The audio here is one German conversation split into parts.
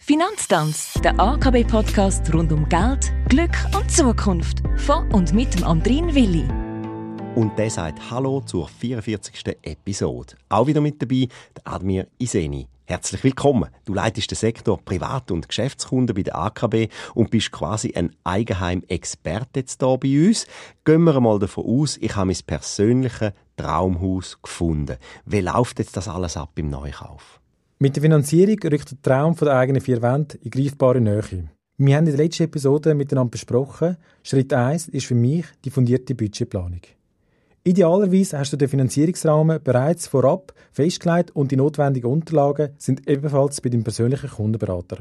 Finanztanz, der AKB-Podcast rund um Geld, Glück und Zukunft. Von und mit dem Andrin Willi. Und der sagt Hallo zur 44. Episode. Auch wieder mit dabei der Admir Iseni. Herzlich willkommen. Du leitest den Sektor Privat- und Geschäftskunden bei der AKB und bist quasi ein Eigenheim-Experte jetzt hier bei uns. Gehen wir mal davon aus, ich habe mein persönliches Traumhaus gefunden. Wie läuft jetzt das alles ab im Neukauf? Mit der Finanzierung rückt der Traum von der eigenen 4 Wände in greifbare Nähe. Wir haben in der letzten Episode miteinander besprochen, Schritt 1 ist für mich die fundierte Budgetplanung. Idealerweise hast du den Finanzierungsrahmen bereits vorab festgelegt und die notwendigen Unterlagen sind ebenfalls bei deinem persönlichen Kundenberater.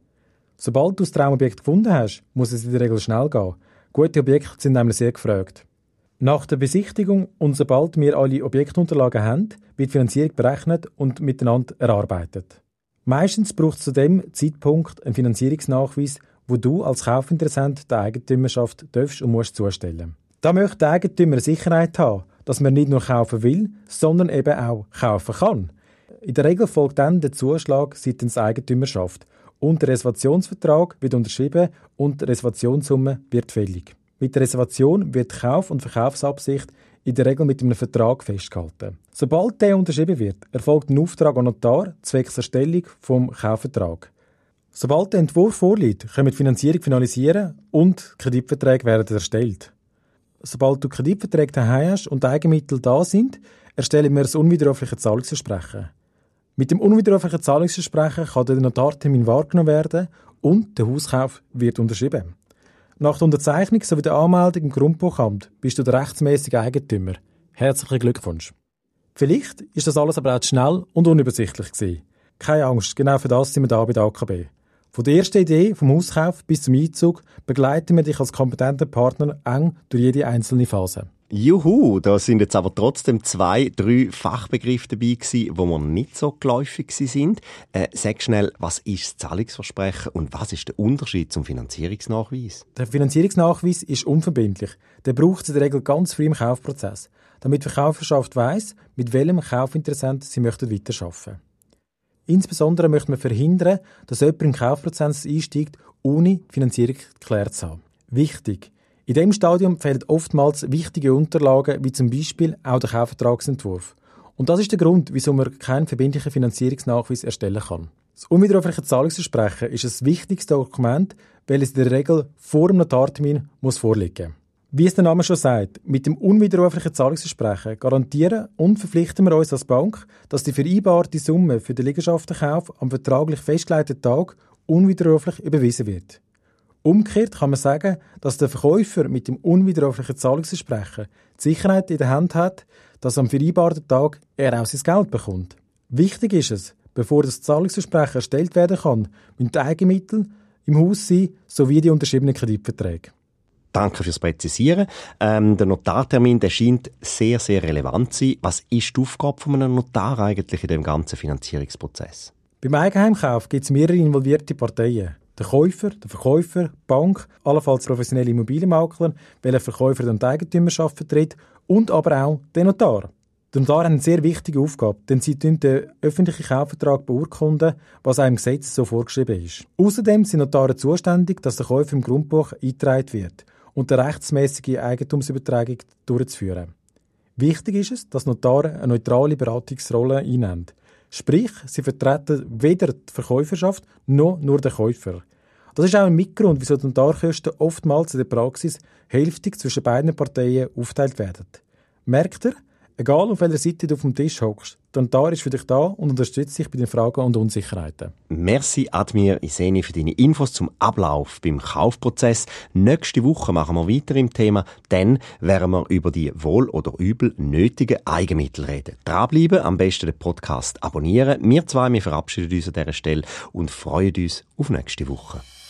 Sobald du das Traumobjekt gefunden hast, muss es in der Regel schnell gehen. Gute Objekte sind nämlich sehr gefragt. Nach der Besichtigung und sobald wir alle Objektunterlagen haben, wird die Finanzierung berechnet und miteinander erarbeitet. Meistens braucht es zu dem Zeitpunkt einen Finanzierungsnachweis, wo du als Kaufinteressent der Eigentümerschaft darfst und musst zustellen. Da möchte der Eigentümer eine Sicherheit haben, dass man nicht nur kaufen will, sondern eben auch kaufen kann. In der Regel folgt dann der Zuschlag seitens der Eigentümerschaft und der Reservationsvertrag wird unterschrieben und die Reservationssumme wird fällig. Mit der Reservation wird Kauf- und Verkaufsabsicht in der Regel mit einem Vertrag festgehalten. Sobald der unterschrieben wird, erfolgt ein Auftrag an Notar zwecks Erstellung vom Kaufvertrag. Sobald der Entwurf vorliegt, können wir die Finanzierung finalisieren und Kreditverträge werden erstellt. Sobald du Kreditverträge daheim hast und die Eigenmittel da sind, erstellen wir ein unwiderrufliches Zahlungsversprechen. Mit dem unwiderruflichen Zahlungsversprechen kann der Notartermin wahrgenommen werden und der Hauskauf wird unterschrieben. Nach der Unterzeichnung sowie der Anmeldung im Grundbuchamt bist du der rechtsmäßige Eigentümer. Herzlichen Glückwunsch. Vielleicht ist das alles aber auch schnell und unübersichtlich gewesen. Keine Angst, genau für das sind wir da bei der AKB. Von der ersten Idee vom Hauskauf bis zum Einzug begleiten wir dich als kompetenter Partner eng durch jede einzelne Phase. Juhu, da sind jetzt aber trotzdem 2, 3 Fachbegriffe dabei gewesen, die mir nicht so geläufig sind. Sag schnell, was ist das Zahlungsversprechen und was ist der Unterschied zum Finanzierungsnachweis? Der Finanzierungsnachweis ist unverbindlich. Der braucht es in der Regel ganz früh im Kaufprozess, damit die Verkäuferschaft weiss, mit welchem Kaufinteressent sie weiterarbeiten möchten. Insbesondere möchte man verhindern, dass jemand im Kaufprozess einsteigt, ohne die Finanzierung geklärt zu haben. Wichtig! In diesem Stadium fehlen oftmals wichtige Unterlagen, wie zum Beispiel auch der Kaufvertragsentwurf. Und das ist der Grund, wieso man keinen verbindlichen Finanzierungsnachweis erstellen kann. Das unwiderrufliche Zahlungsversprechen ist das wichtigste Dokument, welches in der Regel vor dem Notartermin vorliegen muss. Wie es der Name schon sagt, mit dem unwiderruflichen Zahlungsversprechen garantieren und verpflichten wir uns als Bank, dass die vereinbarte Summe für den Liegenschaftenkauf am vertraglich festgelegten Tag unwiderruflich überwiesen wird. Umgekehrt kann man sagen, dass der Verkäufer mit dem unwiderruflichen Zahlungsversprechen die Sicherheit in der Hand hat, dass am vereinbarten Tag er auch sein Geld bekommt. Wichtig ist es, bevor das Zahlungsversprechen erstellt werden kann, müssen die Eigenmittel im Haus sein, sowie die unterschriebenen Kreditverträge. Danke fürs Präzisieren. Der Notartermin, der scheint sehr, sehr relevant zu sein. Was ist die Aufgabe von einem Notar eigentlich in dem ganzen Finanzierungsprozess? Beim Eigenheimkauf gibt es mehrere involvierte Parteien. Der Käufer, der Verkäufer, die Bank, allenfalls professionelle Immobilienmakler, welcher Verkäufer dann die Eigentümerschaft vertritt und aber auch der Notar. Der Notar hat eine sehr wichtige Aufgabe, denn sie den öffentlichen Kaufvertrag beurkunden, was auch im Gesetz so vorgeschrieben ist. Außerdem sind Notare zuständig, dass der Käufer im Grundbuch eingetragen wird und eine rechtsmäßige Eigentumsübertragung durchzuführen. Wichtig ist es, dass Notare eine neutrale Beratungsrolle einnehmen. Sprich, sie vertreten weder die Verkäuferschaft noch nur den Käufer. Das ist auch ein Mitgrund, wieso die Notarkosten oftmals in der Praxis hälftig zwischen beiden Parteien aufgeteilt werden. Merkt ihr? Egal auf welcher Seite du auf dem Tisch hockst, der Notar ist für dich da und unterstützt dich bei den Fragen und Unsicherheiten. Merci, Admir Iseni, für deine Infos zum Ablauf beim Kaufprozess. Nächste Woche machen wir weiter im Thema, dann werden wir über die wohl oder übel nötigen Eigenmittel reden. Dranbleiben, am besten den Podcast abonnieren. Wir verabschieden uns an dieser Stelle und freuen uns auf nächste Woche.